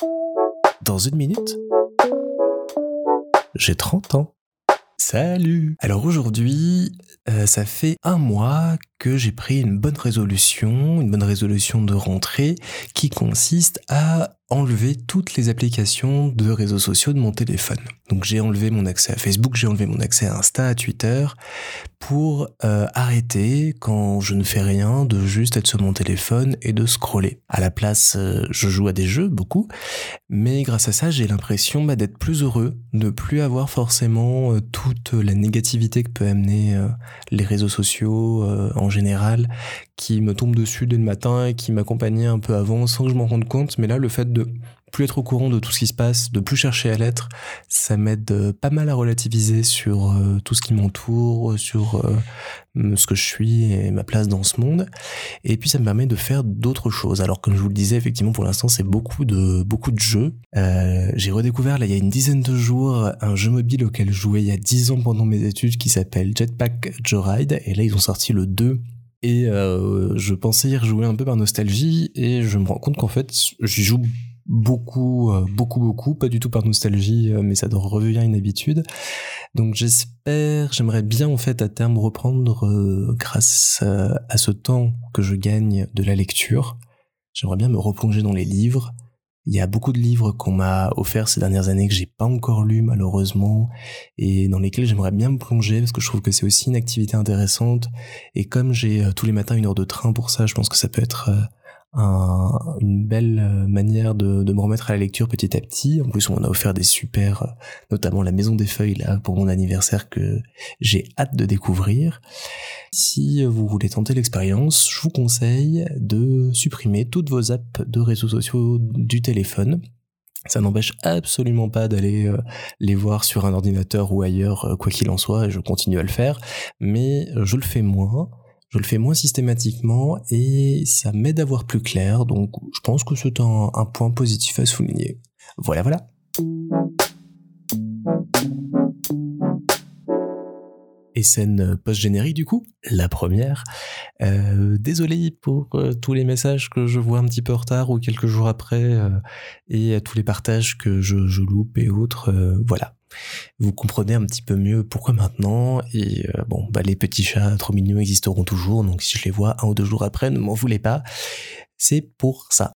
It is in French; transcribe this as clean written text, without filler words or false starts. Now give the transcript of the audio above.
Dans une minute, j'ai 30 ans. Salut! Alors aujourd'hui, ça fait 1 mois que j'ai pris une bonne résolution de rentrée qui consiste à enlever toutes les applications de réseaux sociaux de mon téléphone. Donc j'ai enlevé mon accès à Facebook, j'ai enlevé mon accès à Insta, à Twitter, pour arrêter, quand je ne fais rien, de juste être sur mon téléphone et de scroller. À la place, je joue à des jeux, beaucoup, mais grâce à ça, j'ai l'impression d'être plus heureux, de plus avoir forcément toute la négativité que peut amener les réseaux sociaux en général, qui me tombent dessus dès le matin et qui m'accompagnaient un peu avant sans que je m'en rende compte. Mais là, le fait de plus être au courant de tout ce qui se passe, de plus chercher à l'être, ça m'aide pas mal à relativiser sur tout ce qui m'entoure, sur ce que je suis et ma place dans ce monde. Et puis ça me permet de faire d'autres choses. Alors comme je vous le disais, effectivement pour l'instant c'est beaucoup de jeux. J'ai redécouvert là il y a une dizaine de jours un jeu mobile auquel je jouais il y a 10 ans pendant mes études qui s'appelle Jetpack Joyride, et là ils ont sorti le 2. Et je pensais y rejouer un peu par nostalgie, et je me rends compte qu'en fait j'y joue beaucoup, pas du tout par nostalgie, mais ça revient une habitude. Donc j'aimerais bien en fait à terme reprendre, grâce à ce temps que je gagne de la lecture, j'aimerais bien me replonger dans les livres. Il y a beaucoup de livres qu'on m'a offerts ces dernières années que j'ai pas encore lus malheureusement, et dans lesquels j'aimerais bien me plonger parce que je trouve que c'est aussi une activité intéressante. Et comme j'ai tous les matins 1 heure de train pour ça, je pense que ça peut être une belle manière de me remettre à la lecture petit à petit. En plus, on m'a offert des super, notamment la Maison des Feuilles là pour mon anniversaire que j'ai hâte de découvrir. Si vous voulez tenter l'expérience, je vous conseille de supprimer toutes vos apps de réseaux sociaux du téléphone. Ça n'empêche absolument pas d'aller les voir sur un ordinateur ou ailleurs, quoi qu'il en soit, et je continue à le faire, mais je le fais moins systématiquement, et ça m'aide à voir plus clair, donc je pense que c'est un point positif à souligner. Voilà. Et scène post-générique du coup, la première. Désolé pour tous les messages que je vois un petit peu en retard ou quelques jours après, et tous les partages que je loupe et autres, voilà. Vous comprenez un petit peu mieux pourquoi maintenant, et les petits chats trop mignons existeront toujours, donc si je les vois 1 ou 2 jours après, ne m'en voulez pas, c'est pour ça.